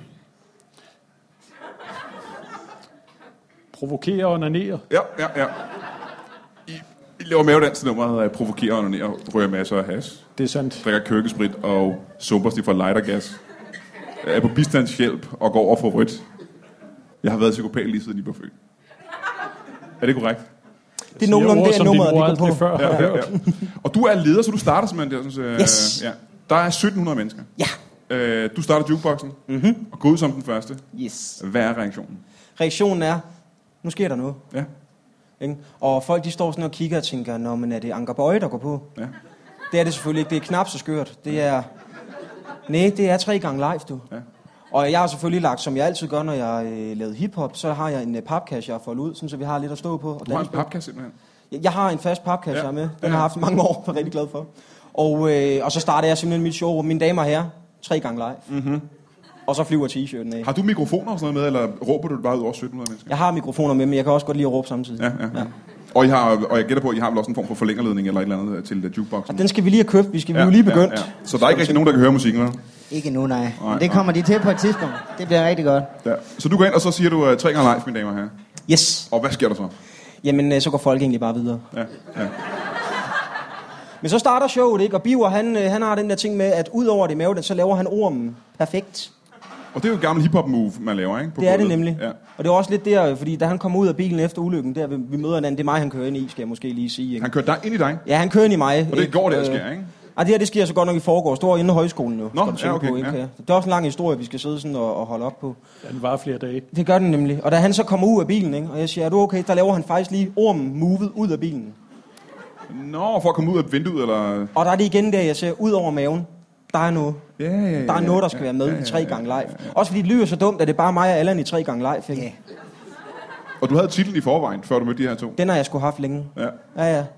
Provokere og onanere. Ja, ja, ja. I, I laver mavedans til nummeret af provokerer og onanerer, rører masser af has, Det er sandt. drikker køkkesprit og sumper fra lightergas. Er på bistandshjælp og går over for rødt. Jeg har været psykopat lige siden I var født. Er det korrekt? Det er nogenlunde det, er nummeret, vi går på. Før har Ja, ja, hørt. ja. Og du er leder, så du starter simpelthen der. Sådan, Yes. ja. Der er sytten hundrede mennesker. Ja. Øh, du starter jukeboxen mm-hmm. og går ud som den første. Yes. Hvad er reaktionen? Reaktionen er, nu sker der noget. Ja. Ikke? Og folk de står sådan og kigger og tænker, nå, men er det Anker Bøje, der går på? Ja. Det er det selvfølgelig ikke. Det er knap så skørt. Det er... Nej, det er tre gange live, du. Ja. Og jeg har selvfølgelig lagt, som jeg altid gør, når jeg øh, lavede hiphop, så har jeg en øh, papkasse, jeg har foldet ud, sådan, så vi har lidt at stå på. Og Du har en danse på. papkasse simpelthen. Jeg, jeg har en fast papkasse, Ja. jeg er med. Den Ja. har jeg haft i mange år, jeg er rigtig glad for. Og, øh, og så starter jeg simpelthen mit show, mine damer og herrer, tre gange live. Mm-hmm. Og så flyver t-shirten af. Har du mikrofoner og sådan noget med, eller råber du det bare ud over sytten hundrede mennesker? Jeg har mikrofoner med, men jeg kan også godt lide at råbe samtidig. Ja, ja, ja. Og, I har, og jeg gætter på, at I har vel også en form for forlængerledning eller et eller andet til uh, jukeboxen. Og den skal vi lige have købt, vi skal vi er jo lige begyndt. Ja, ja. Så der er ikke rigtig nogen, der kan høre musikken, vel? Ikke nu, nej. Nej, Men det kommer de til på et tidspunkt. Det bliver rigtig godt. Ja. Så du går ind, og så siger du uh, tre gange live, mine damer og herrer. Yes. Og hvad sker der så? Jamen, øh, så går folk egentlig bare videre. Ja, ja. Men så starter showet, ikke? Og Biver, han, øh, han har den der ting med, at ud over det mave, så laver han ormen perfekt. Og det er jo et gammelt hiphop-move, man laver, ikke? På Det er det gulvet. nemlig. Ja. Og det er også lidt der, fordi da han kommer ud af bilen efter ulykken, der vi vi møder hinanden, det er mig, han kører ind i, skal jeg måske lige sige. Ikke? Han kører dig ind i dig, Ja, han kører ind i mig. og det ikke? går der Øh, sker, ikke? Ej, det her, det sker så godt nok i forgårs. Det var inde i højskolen jo. Nå, skal du tænke ja, okay, på, ikke? ja. Det er også en lang historie, vi skal sidde sådan og, og holde op på. Ja, den var flere dage. Det gør den nemlig. Og da han så kommer ud af bilen, ikke? Og jeg siger, er du okay? Der laver han faktisk lige ormen movet ud af bilen. Nå, for at komme ud af vinduet, eller... Og der er det igen der, jeg ser, ud over maven, der er noget. Ja, ja, ja. Der er noget, der skal ja, være med ja, ja, i tre gange live. ja, ja. Også fordi det lyder så dumt, at det er bare mig og Allan i tre gange live. Ikke? Ja. Og du havde titlen i forvejen, før du mødte de her to. Den har jeg sgu haft længe. Ja. Ja, ja.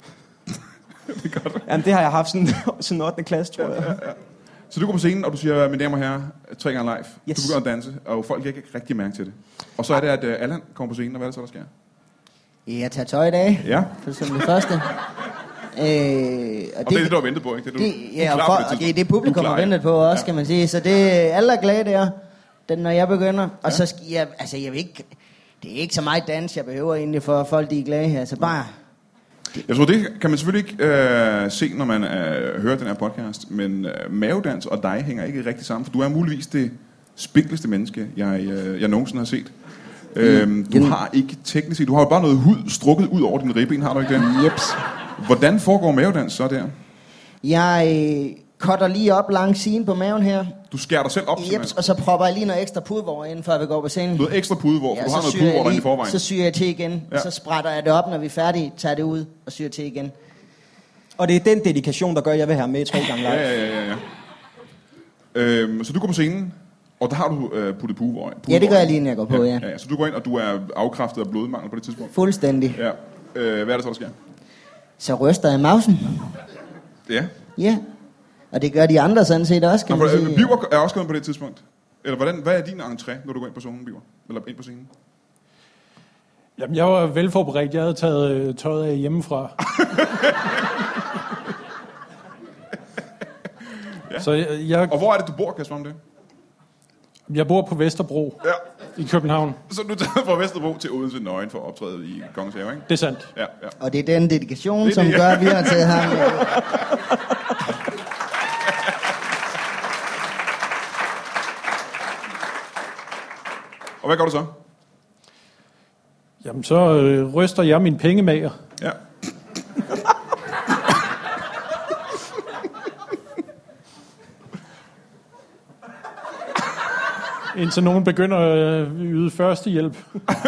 Det er godt. Jamen, det har jeg haft sådan, sådan ottende klasse, tror jeg. Så du går på scenen, og du siger, mine damer og herrer, tre gange live. Yes. Du begynder at danse, og folk kan ikke rigtig mærke til det. Og så er det, at uh, Allan kommer på scenen, og hvad er det så, der sker? Jeg tager tøj i dag, Ja, for som det første. Øh, og det er det, du har ventet på, ikke? Det, er du, det, du er ja, og, klar for, på og det er tidspunkt. det, Du er publikum klar, har ja. ventet på også, Ja. kan man sige. Så det alle er glade der, den, når jeg begynder. Og ja. så skal jeg, altså jeg vil ikke, det er ikke så meget dans, jeg behøver egentlig for at folk de er glade her. Så bare, Jeg tror, det kan man selvfølgelig ikke øh, se, når man øh, hører den her podcast, men øh, mavedans og dig hænger ikke rigtig sammen, for du er muligvis det spinkleste menneske, jeg, øh, jeg nogensinde har set. Øhm, du har ikke teknisk set, du har jo bare noget hud strukket ud over din ribben, har du ikke det? jeps. Hvordan foregår mavedans så der? Jeg øh, cutter lige op langs siden på maven her. Du skærer dig selv op, Jeps, simpelthen. og så propper jeg lige noget ekstra pudvor ind, før vi går på scenen. Noget ekstra pudevor, for Ja, du har så noget syr jeg pudevor derinde i lige- forvejen. Så syr jeg til igen, Ja. og så sprætter jeg det op, når vi er færdige, tager det ud og syr til igen. Og det er den dedikation, der gør, at jeg vil have med tre gange live. Ja, ja, ja, ja. Øhm, så du går på scenen, og der har du øh, puttet pudevor ind. Ja, det gør jeg lige, inden jeg går på, ja. ja, ja. Så du går ind, og du er afkræftet af blodmangel på det tidspunkt. Fuldstændig. Ja. Øh, hvad er det så, der sker? Så ryster jeg mausen. Ja. Ja, og det gør de andre sådan set også, kan Nå, man for, sige. øh, Biver er også kommet på det tidspunkt. Eller hvordan, hvad er din entré, når du går ind på scenen, Biver? Eller ind på scenen? Jamen, jeg var velforberedt. Jeg havde taget øh, tøjet af hjemmefra. Ja. Så jeg, jeg, Og hvor er det, du bor, Kasper, om det? jeg bor på Vesterbro Ja. i København. Så du tager fra Vesterbro til Odense Nøgen for at optræde i Kongens Have, ikke? Det er sandt. Ja, ja. Og det er den dedikation, Det er som det, ja. gør, at vi har taget ham med. Og hvad gør du så? Jamen, så øh, ryster jeg min pengemager, Ja. indtil nogen begynder at øh, yde førstehjælp.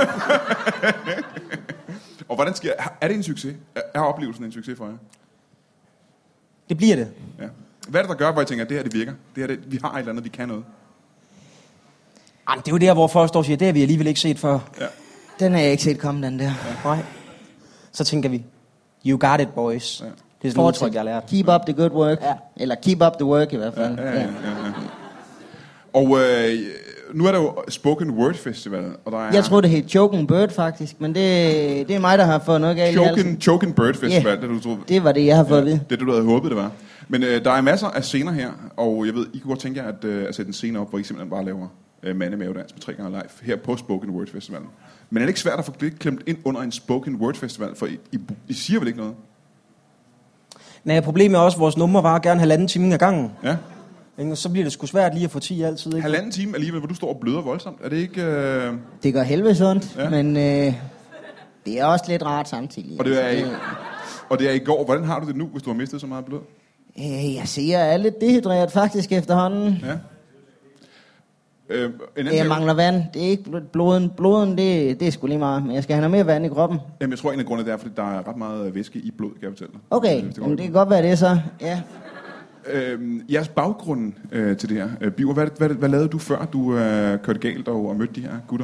Og hvordan sker er det en succes? Er- Er oplevelsen en succes for jer? Det bliver det. Ja. Hvad er det, der gør, hvor I tænker, at det her det virker? Det her, det, vi har et eller andet, vi kan noget. Ej, det er jo der, hvor folk står og siger, det har vi alligevel ikke set før. Ja. Den har jeg ikke set komme, den der. Nej. Så tænker vi, you got it, boys. Ja. Det er sådan et udtryk, jeg har lært. Keep up the good work. Ja. Eller keep up the work i hvert fald. Ja, ja, ja, ja, ja. Og øh, nu er der jo Spoken Word Festival, og der er Jeg tror det hed Choking Bird faktisk, men det, det er mig, der har fået noget galt i halsen. Choken, Choken Bird Festival, Ja. det du troede. Det var det, jeg har fået at vide. Det er det, du havde håbet, det var. Men øh, der er masser af scener her, og jeg ved, I kunne godt tænke jer at, øh, at sætte en scene op, hvor I simpelthen bare laver øh, mandemævedans med tre gange live her på Spoken Word Festival. Men er det ikke svært at få det klemt ind under en Spoken Word Festival, for I, I, I siger vel ikke noget? Nej, problemet er også, at vores nummer var gerne halvanden time ad gangen. Ja? Ikke? Så bliver det sgu svært lige at få ti altid. Ikke? Halvanden time alligevel, hvor du står og bløder voldsomt. Er det ikke... Øh... Det gør helvedes ondt, Ja. ja. men øh, det er også lidt rart samtidig. Og det er, i, Altså, og det er i går. Hvordan har du det nu, hvis du har mistet så meget blod? øh, jeg siger, jeg er lidt dehydreret faktisk efterhånden. Ja. Øh, en anden Jeg ting- mangler vand. Det er ikke bloden. Bloden, det, det er sgu lige meget. Men jeg skal have noget mere vand i kroppen. Jamen, jeg tror, en af grundene er, fordi der er ret meget væske i blod, kan jeg fortælle dig. Okay, Øh, går jamen, det i kan godt være det så. Ja. Øhm, jeres baggrund øh, til det her, øh, Biver, hvad, hvad, hvad lavede du før, du øh, kørte galt og, og mødte de her gutter?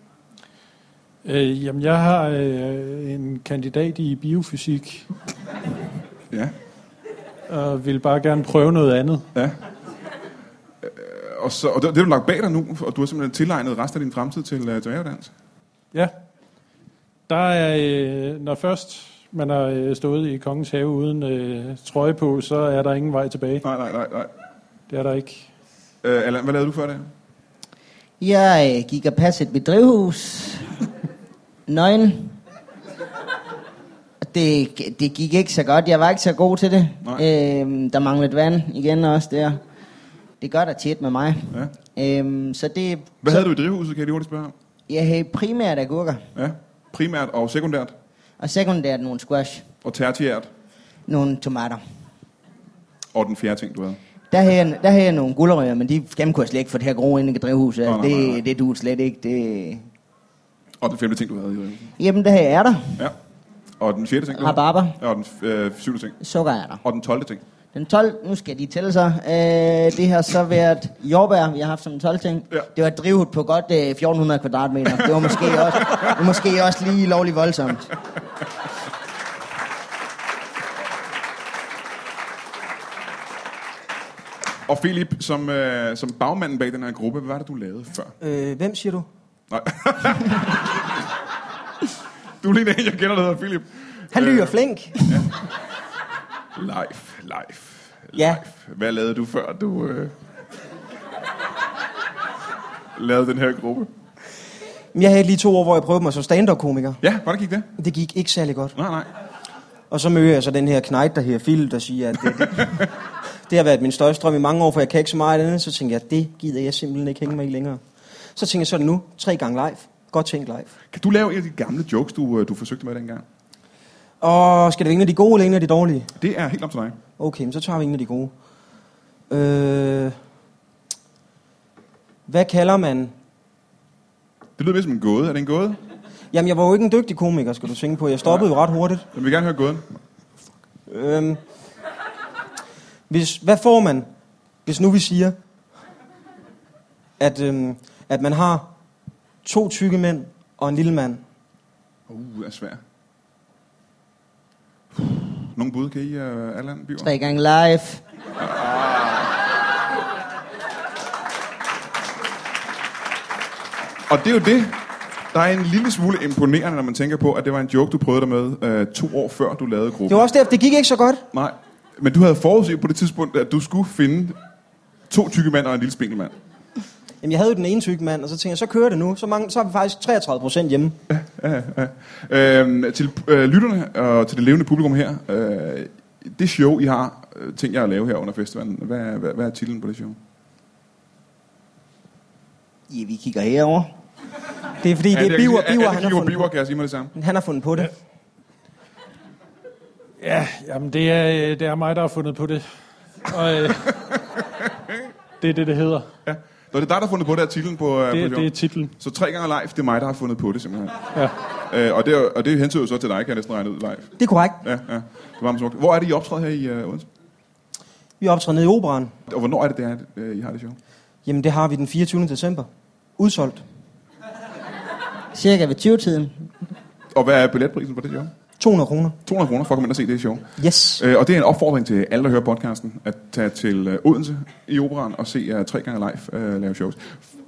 Øh, jamen, jeg har øh, en kandidat i biofysik, Ja. og vil bare gerne prøve noget andet. Ja. Øh, og så, og det, det er du lagt bag dig nu, og du har simpelthen tilegnet resten af din fremtid til øh, teaterdans. Ja. Der er, øh, når først man har øh, stået i Kongens Have uden øh, trøje på, så er der ingen vej tilbage. Nej, nej, nej, nej. Det er der ikke. Øh, Allan, hvad lavede du før det? Jeg øh, gik og passede mit drivhus. Nøgen. Det, det gik ikke så godt. Jeg var ikke så god til det. Øhm, der manglede vand igen også der. Det gør der tit med mig. Ja. Øhm, så det, Hvad så, havde du i drivhuset, kan jeg lige hurtigt spørge om? Jeg havde primært agurker. Ja. Primært og sekundært Og sekundært nogle squash. og tertiært. Nogle tomater. Og den fjerde ting, du havde. Der havde jeg, der havde jeg nogle gulerødder, men de dem kunne jeg slet ikke få det her gro ind i drivhuset. Nå, Altså, nej, nej, nej. det, det duede slet ikke. Det... Og den femte ting, du havde i drivhuset. Jamen, der havde jeg ærter. Ja. Og den fjerde ting, du havde. Rabarber. Ja, og den øh, syvende ting. Sukkerærter. Og den tolvte ting. Den tolv, nu skal de tælle sig. Øh, det har så været jordbær, vi har haft som tolv ting. Ja. Det var et drivhus på godt øh, fjorten hundrede kvadratmeter. Det var måske også, det var måske også lige lovligt voldsomt. Og Philip, som, øh, som bagmanden bag den her gruppe, hvad var det, du lavede før? Øh, hvem siger du? Nej. Du ligner en, jeg kender, der hedder Philip. Han lyder flink. Life, life, Ja. life. Hvad lavede du før, du øh, lavede den her gruppe? Jeg havde lige to år, hvor jeg prøvede mig som stand-up-komiker. Ja, hvordan gik det? Det gik ikke særlig godt. Nej, nej. Og så møder jeg så den her knejt, der hedder Phil, der siger, at det, det, det har været min største drøm i mange år, for jeg kan ikke så meget andet. Så tænker jeg, det gider jeg simpelthen ikke hænge mig i længere. Så tænker jeg så er det nu, tre gange live. Godt tænkt live. Kan du lave en af de gamle jokes, du, øh, du forsøgte med dengang? Og skal det være en af de gode, eller en af de dårlige? Det er helt op til dig. Okay, men så tager vi en af de gode. Øh, hvad kalder man? Det lyder mere som en gåde. Er det en gåde? Jamen, jeg var jo ikke en dygtig komiker, skal du tænke på. Jeg stoppede jo ret hurtigt. Jeg vil gerne høre gåden. Øhm, hvis, hvad får man, hvis nu vi siger, at, øhm, at man har to tykke mænd og en lille mand? Uh, det er svært. Nogle bud, kan I, uh, Allan Biver? Tre gange live. Og det er jo det, der er en lille smule imponerende, når man tænker på, at det var en joke, du prøvede dig med uh, to år før, du lavede gruppen. Det var også derfor, det gik ikke så godt. Nej, men du havde forudset på det tidspunkt, at du skulle finde to tykke mænd og en lille spinkel mand. Jamen, jeg havde jo den ene tykke mand, og så tænkte jeg, så kører det nu. Så, mange, så er vi faktisk treogtredive procent hjemme. Ja, ja, ja. Øhm, til øh, lytterne og til det levende publikum her, øh, det show, I har øh, tænkt jer at lave her under festivalen, hvad, hvad, hvad er titlen på det show? Ja, vi kigger herover. Det er fordi, Ja, det er Biver, Biver, han har Biver, fundet Biver, på. kan jeg sige mig det samme? Han har fundet på det. Ja, jamen det er, det er mig, der har fundet på det. Og øh, det er det, det hedder. Ja. Nå, det er dig, der har fundet på det her titlen på, uh, Det, på det er titlen. Så tre gange live, det er mig, der har fundet på det simpelthen. Ja. Øh, og, det, er- og det hentyder jo så til dig, kan jeg næsten regne ud live. Det er korrekt. Ja, ja. Det var smukt. Hvor er det, I optræder her i uh, Odense? Vi optræder nede i Operan. Og hvornår er det, det er, uh, I har det show? Jamen, det har vi den fireogtyvende december. Udsolgt. Cirka ved tyve-tiden. Og hvad er billetprisen på det show? to hundrede kroner. to hundrede kroner for at komme ind og se det show. Yes. Øh, og det er en opfordring til alle, der hører podcasten, at tage til øh, Odense i Operan og se uh, tre gange live uh, lave shows.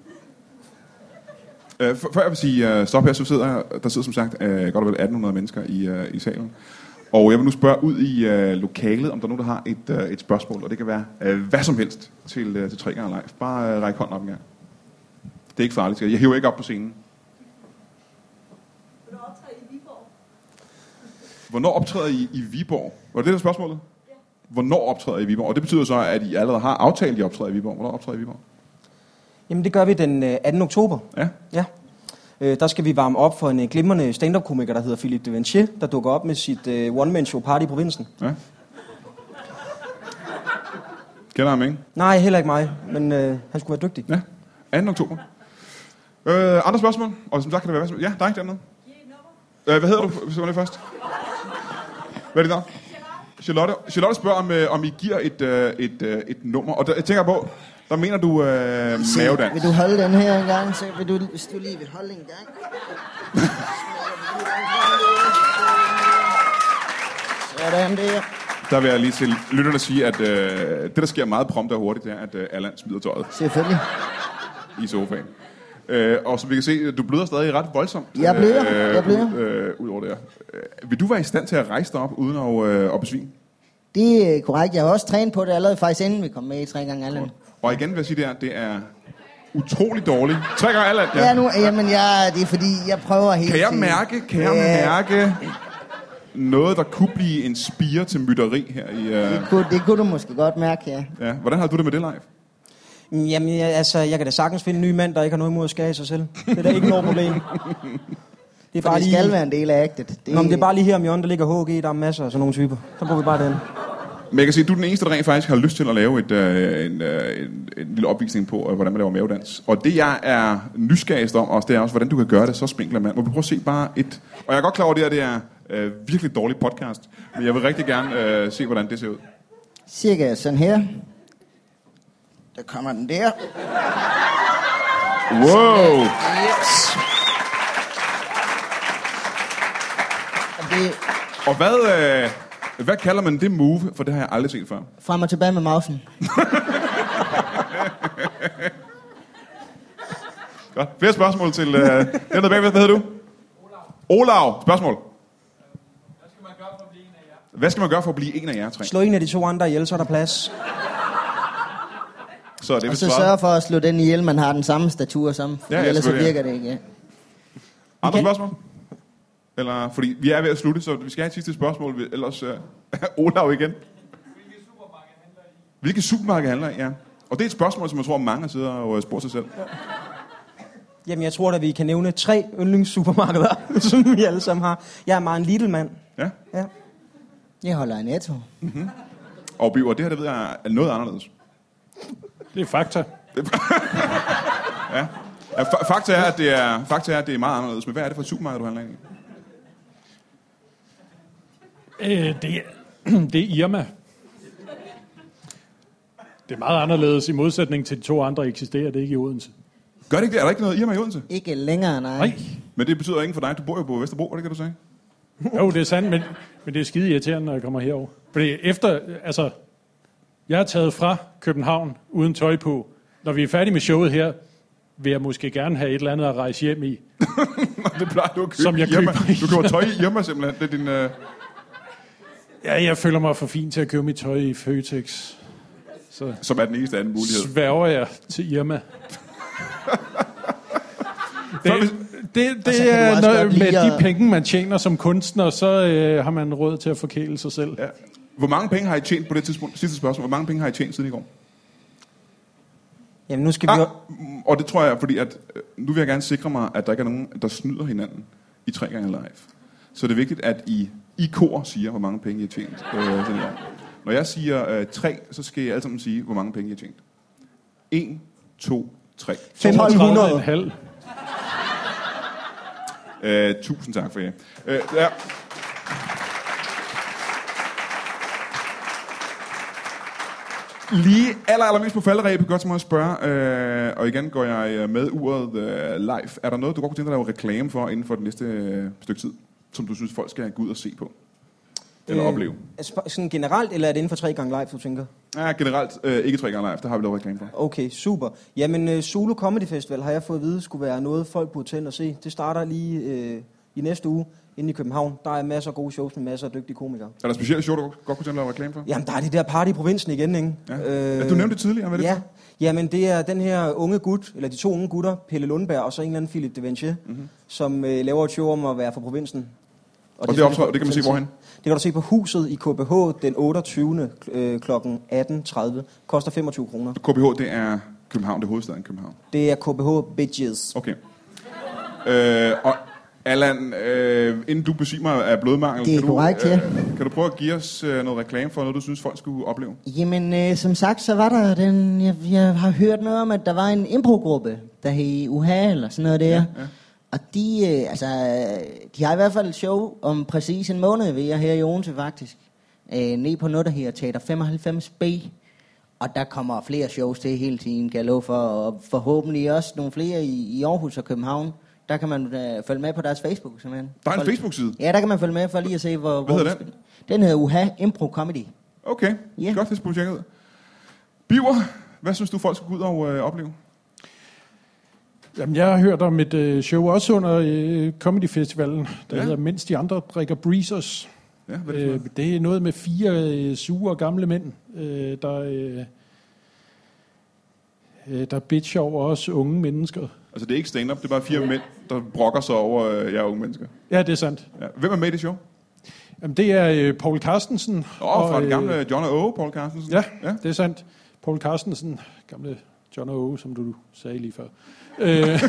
Uh, før jeg vil sige uh, stop her, så sidder der sidder som sagt uh, godt og vel atten hundrede mennesker i, uh, i salen. Og jeg vil nu spørge ud i uh, lokalet, om der er nogen, der har et, uh, et spørgsmål, og det kan være uh, hvad som helst til, uh, til tre gange live. Bare uh, ræk hånden op en gang. Det er ikke farligt. Jeg hiver ikke op på scenen. Hvornår optræder I i Viborg? Var det det der spørgsmålet? Ja. Hvornår optræder I i Viborg? Og det betyder så, at I allerede har aftalt, at I optræder i Viborg. Hvornår optræder I i Viborg? Jamen, det gør vi den øh, attende oktober. Ja. Ja. Øh, der skal vi varme op for en øh, glimrende stand-up-komiker, der hedder Philippe de Vinci, der dukker op med sit øh, one-man-show Party i provinsen. Ja. Kender ham, ikke? Nej, heller ikke mig, men øh, han skulle være dygtig. Ja. anden oktober. Øh, andre spørgsmål? Og som sagt kan det være hvad som... Ja, dig dernede. Øh, hvad hedder du, hvis du var det først? Hvad er det der? Charlotte. Charlotte spørger, om, øh, om I giver et, øh, et, øh, et nummer. Og der, jeg tænker på, der mener du øh, mavedans. Vil du holde den her en gang? Så vil du, hvis du lige vil holde en gang. Sådan der. Der vil jeg lige til lytterne sige, at øh, det, der sker meget prompt og hurtigt, det er, at øh, Allan smider tøjet Selvfølgelig. i sofaen. Øh, og som vi kan se, du bløder stadig ret voldsomt. Jeg bløder, jeg bløder. Øh, ud over det her. Øh, vil du være i stand til at rejse dig op, uden at, øh, at besvime? Det er korrekt. Jeg har også trænet på det allerede faktisk inden vi kom med i tre gange Allan. Og igen vil jeg sige, det er, det er utrolig dårligt. Tre gange Allan, ja. Ja, nu, jamen jeg, det er fordi, jeg prøver hele Kan jeg tiden. mærke, kan jeg Ja. mærke noget, der kunne blive en spire til mytteri her i... Uh... Det kunne, det kunne du måske godt mærke, ja. Ja. Hvordan har du det med det live? Jamen, jeg, altså, jeg kan da sagtens finde en ny mand, der ikke har noget imod at skære i sig selv. Det er da ikke noget problem. Det er For bare det lige... skal være en del af actet. Nå, men det er bare lige her om hjørnet, der ligger H G, der er masser af sådan nogle typer. Så bruger vi bare den. Men jeg kan sige, at du er den eneste, der rent faktisk har lyst til at lave et, øh, en, øh, en, en lille opvisning på, øh, hvordan man laver mavedans. Og det, jeg er nysgerrigst om også, det er også, hvordan du kan gøre det så spinkler mand. Må vi prøve at se bare et... Og jeg er godt klar over, det her det er øh, virkelig dårlig podcast, men jeg vil rigtig gerne øh, se, hvordan det ser ud. Cirka sådan her. Der kommer den der. Wow! Yes. Og det Og hvad, øh, hvad kalder man det move? For det har jeg aldrig set før. frem og tilbage med mausen. Godt. Flere spørgsmål til... Øh, den der bagved. Hvad hedder du? Olav. Olav. Spørgsmål. Hvad skal man gøre for at blive en af jer tre? Slå en af de to andre ihjel, så er der plads. Så er det Og vist så svaret. sørge for at slå den ihjel, man har den samme statur som. For Ja, ja, ellers så selvfølgelig, virker det ikke, ja. Andre spørgsmål? Eller, fordi vi er ved at slutte, så vi skal have et sidste spørgsmål. Ellers uh, Olav igen. Hvilke supermarked handler I? Ja. Og det er et spørgsmål, som jeg tror, mange sidder og spørger sig selv. Jamen, jeg tror da, vi kan nævne tre yndlingssupermarkeder, som vi alle sammen har. Jeg er meget en lille mand. Ja. Ja. Jeg holder en Netto. Mm-hmm. Og Biver, det her, det ved jeg, er noget anderledes. Det er fakta. Ja. Ja, fa- fakta, er, at det er, fakta er, at det er meget anderledes. Men hvad er det for et supermarked, du handler ind i? Øh, det, er, det er Irma. Det er meget anderledes i modsætning til de to andre eksisterer det ikke i Odense. Gør det ikke det? Er der ikke noget Irma i Odense? Ikke længere, nej. Nej. Men det betyder ikke for dig. Du bor jo på Vesterbro, er det ikke det, du sagde? Jo, det er sandt, men, men det er skide irriterende, når jeg kommer herover. Fordi efter, altså, jeg er taget fra København uden tøj på. Når vi er færdige med showet her, vil jeg måske gerne have et eller andet at rejse hjem i. Det plejer du at købe Som jeg hjemme. køber. Du køber tøj i hjemme simpelthen. Det er din... Uh... Ja, jeg føler mig for fin til at købe mit tøj i Føtex. Så Som er den eneste anden mulighed. sværger jeg til Irma. det, Før vi- det, det Og så kan du er også noget, godt lide med de at- penge, man tjener som kunstner, så øh, har man råd til at forkæle sig selv. Ja. Hvor mange penge har I tjent på det tidspunkt? Sidste spørgsmål. Hvor mange penge har I tjent siden i går? Jamen, nu skal vi jo... Ah, og det tror jeg, fordi at, øh, nu vil jeg gerne sikre mig, at der ikke er nogen, der snyder hinanden i tre gange live. Så det er vigtigt, at I i kor siger, hvor mange penge I har tjent. Øh, siden i går. Når jeg siger øh, tre, så skal I alle sammen sige, hvor mange penge I har tjent. En, to, tre. femten hundrede. og en halv. Øh, tusind tak for jer. Øh, ja. Lige aller, allermest på falderæbet, godt som at spørge, øh, og igen går jeg med uret øh, live. Er der noget, du godt kunne tænke dig at lave reklame for inden for det næste øh, stykke tid, som du synes, folk skal gå ud og se på? Eller øh, opleve? Altså, sådan generelt, eller er det inden for tre gange live, du tænker? Ja, generelt øh, ikke tre gange live, der har vi lavet reklame for. Okay, super. Jamen, uh, Zulu Comedy Festival har jeg fået at vide, skulle være noget, folk burde tænde og se. Det starter lige øh, i næste uge inde i København. Der er masser af gode shows med masser af dygtige komikere. Er der specielle show, du godt kunne tænke dig at lave reklame for? Jamen, der er det der party i provinsen igen, ikke? Ja. Øh, ja, du nævnte det tidligere, hvad er det Ja, for? jamen det er den her unge gut, eller de to unge gutter, Pelle Lundberg og så en eller anden Philip Devanché, mm-hmm. som øh, laver et show om at være fra provinsen. Og det, optræder, det kan man se hvorhen? Det kan du se på Huset i K B H den otteogtyvende Øh, klokken atten tredive. Koster femogtyve kroner. K B H, det er København, det er hovedstaden København. Det er K B H Bitches. Okay. Øh, og Allan, øh, inden du besvimer af blodmangel, Det er kan, du, korrekt, ja. kan du prøve at give os øh, noget reklame for noget, du synes, folk skulle opleve? Jamen, øh, som sagt, så var der den... Jeg, jeg har hørt noget om, at der var en improgruppe, der hed U H A eller sådan noget der. Ja, ja. Og de, øh, altså, de har i hvert fald et show om præcis en måned, ved jeg, her i Odense faktisk. Øh, ned på noget, der hedder Teater femoghalvfems B. Og der kommer flere shows til hele tiden, kan jeg love for. Og forhåbentlig også nogle flere i, i Aarhus og København. Der kan man øh, følge med på deres Facebook, simpelthen. Der er en For- Facebook-side? Ja, der kan man følge med for lige at se, hvor... Hvad hvor hedder den? Den hedder U H A Impro Comedy. Okay, Ja. godt, det skal du tjekke ud. Biver, hvad synes du, folk skal gå ud og øh, opleve? Jamen, jeg har hørt om et øh, show også under øh, Comedy Festivalen, der Ja. hedder Mens de andre drikker breezers. Ja, hvad er det for Øh, noget? det er noget med fire øh, sure gamle mænd, øh, der, øh, øh, der bitcher over os unge mennesker. Altså, det er ikke stand-up, det er bare fire mænd, der brokker sig over øh, jer unge mennesker. Ja, det er sandt. Ja. Hvem er med i det show? Jamen, det er øh, Paul Carstensen. Åh, oh, fra den øh, gamle John og Åge, Paul Carstensen. Ja, ja. ja, det er sandt. Paul Carstensen, gamle John og Åge, som du sagde lige før. øh,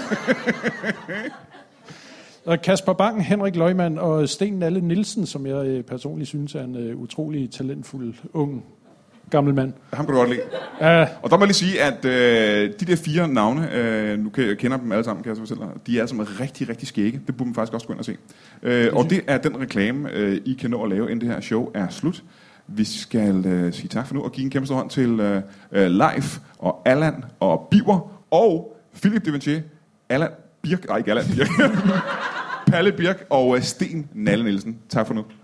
og Kasper Bang, Henrik Løgman og Sten Nalle Nielsen, som jeg øh, personligt synes er en øh, utrolig talentfuld, ung, gammel mand. Ham kan du godt lide. Ja, Og der må jeg lige sige, at øh, de der fire navne, øh, nu kan jeg kender dem alle sammen, kan jeg så fortælle dig, de er altså rigtig, rigtig skægge. Det burde man faktisk også gå ind og se. Øh, og det er den reklame, øh, I kan nå at lave, inden det her show er slut. Vi skal øh, sige tak for nu og give en kæmpe stor hånd til øh, øh, Leif og Allan og Biver og Philip Devanché, Allan Birk, nej ikke Allan Birk, Palle Birk og øh, Sten Nalle Nielsen. Tak for nu.